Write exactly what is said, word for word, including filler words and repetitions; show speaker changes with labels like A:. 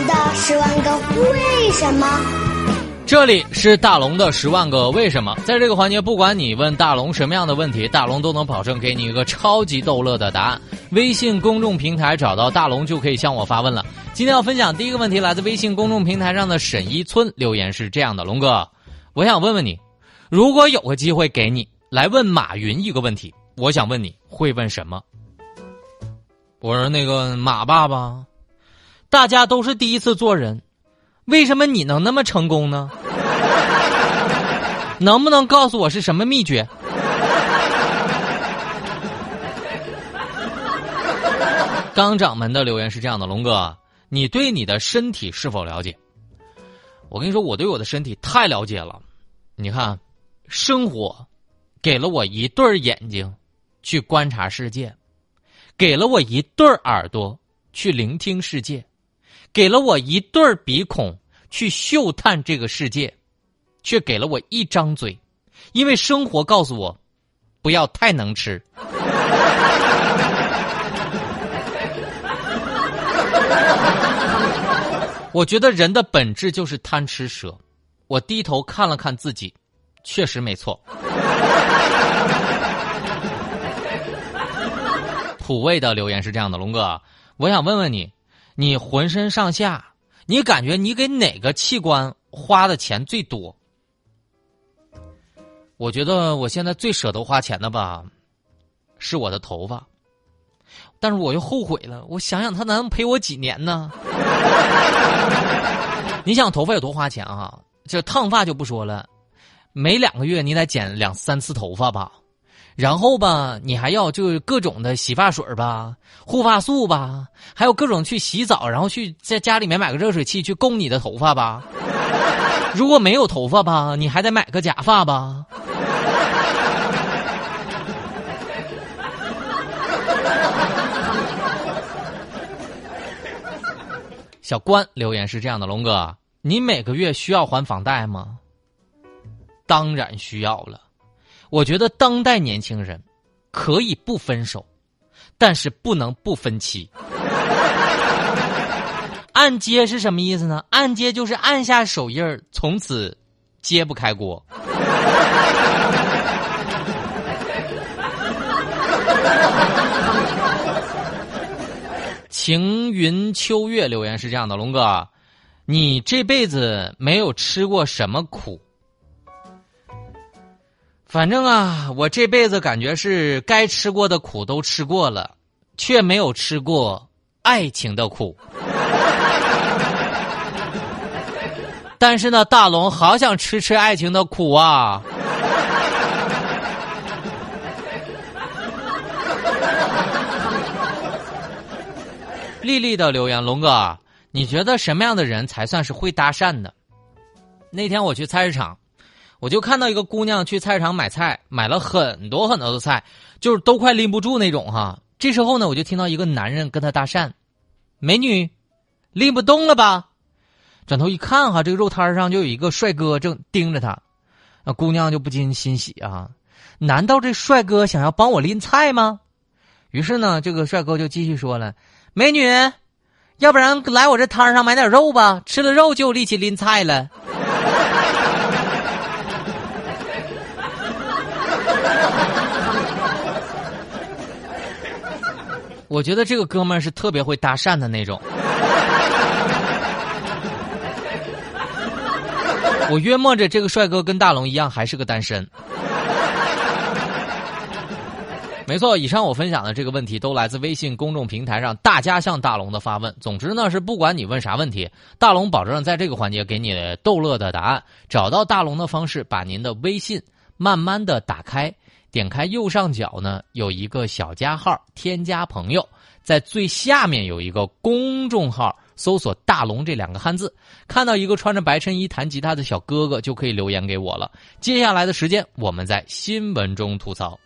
A: 的十万个为什么。
B: 这里是大龙的十万个为什么。在这个环节，不管你问大龙什么样的问题，大龙都能保证给你一个超级逗乐的答案。微信公众平台找到大龙就可以向我发问了。今天要分享第一个问题，来自微信公众平台上的沈一村，留言是这样的：龙哥，我想问问你，如果有个机会给你来问马云一个问题，我想问你会问什么？我说那个马爸爸，大家都是第一次做人，为什么你能那么成功呢？能不能告诉我是什么秘诀？刚掌门的留言是这样的：龙哥，你对你的身体是否了解？我跟你说，我对我的身体太了解了。你看，生活给了我一对眼睛去观察世界，给了我一对耳朵去聆听世界，给了我一对鼻孔去嗅探这个世界，却给了我一张嘴，因为生活告诉我不要太能吃。我觉得人的本质就是贪吃蛇。我低头看了看自己，确实没错。普卫的留言是这样的：龙哥，我想问问你，你浑身上下，你感觉你给哪个器官花的钱最多？我觉得我现在最舍得花钱的吧，是我的头发。但是我又后悔了，我想想他能陪我几年呢？你想头发有多花钱啊？这烫发就不说了，每两个月你得剪两三次头发吧，然后吧你还要就各种的洗发水吧、护发素吧，还有各种去洗澡，然后去在家里面买个热水器去供你的头发吧。如果没有头发吧，你还得买个假发吧。小关留言是这样的：龙哥，你每个月需要还房贷吗？当然需要了。我觉得当代年轻人可以不分手，但是不能不分期。按揭是什么意思呢？按揭就是按下手印儿，从此揭不开锅。晴云秋月留言是这样的：龙哥，你这辈子没有吃过什么苦？反正啊，我这辈子感觉是该吃过的苦都吃过了，却没有吃过爱情的苦。但是呢，大龙好想吃吃爱情的苦啊！丽丽的留言：龙哥，你觉得什么样的人才算是会搭讪的？那天我去菜市场，我就看到一个姑娘去菜市场买菜，买了很多很多的菜，就是都快拎不住那种哈。这时候呢，我就听到一个男人跟她搭讪：美女，拎不动了吧？转头一看哈，这个肉摊上就有一个帅哥正盯着她，那姑娘就不禁欣喜啊，难道这帅哥想要帮我拎菜吗？于是呢，这个帅哥就继续说了：美女，要不然来我这摊上买点肉吧，吃了肉就有力气拎菜了。我觉得这个哥们儿是特别会搭讪的那种。我约摸着这个帅哥跟大龙一样还是个单身。没错，以上我分享的这个问题都来自微信公众平台上大家向大龙的发问。总之呢，是不管你问啥问题，大龙保证在这个环节给你逗乐的答案。找到大龙的方式，把您的微信慢慢的打开，点开右上角呢有一个小加号，添加朋友，在最下面有一个公众号，搜索大龙这两个汉字，看到一个穿着白衬衣弹吉他的小哥哥，就可以留言给我了。接下来的时间我们在新闻中吐槽。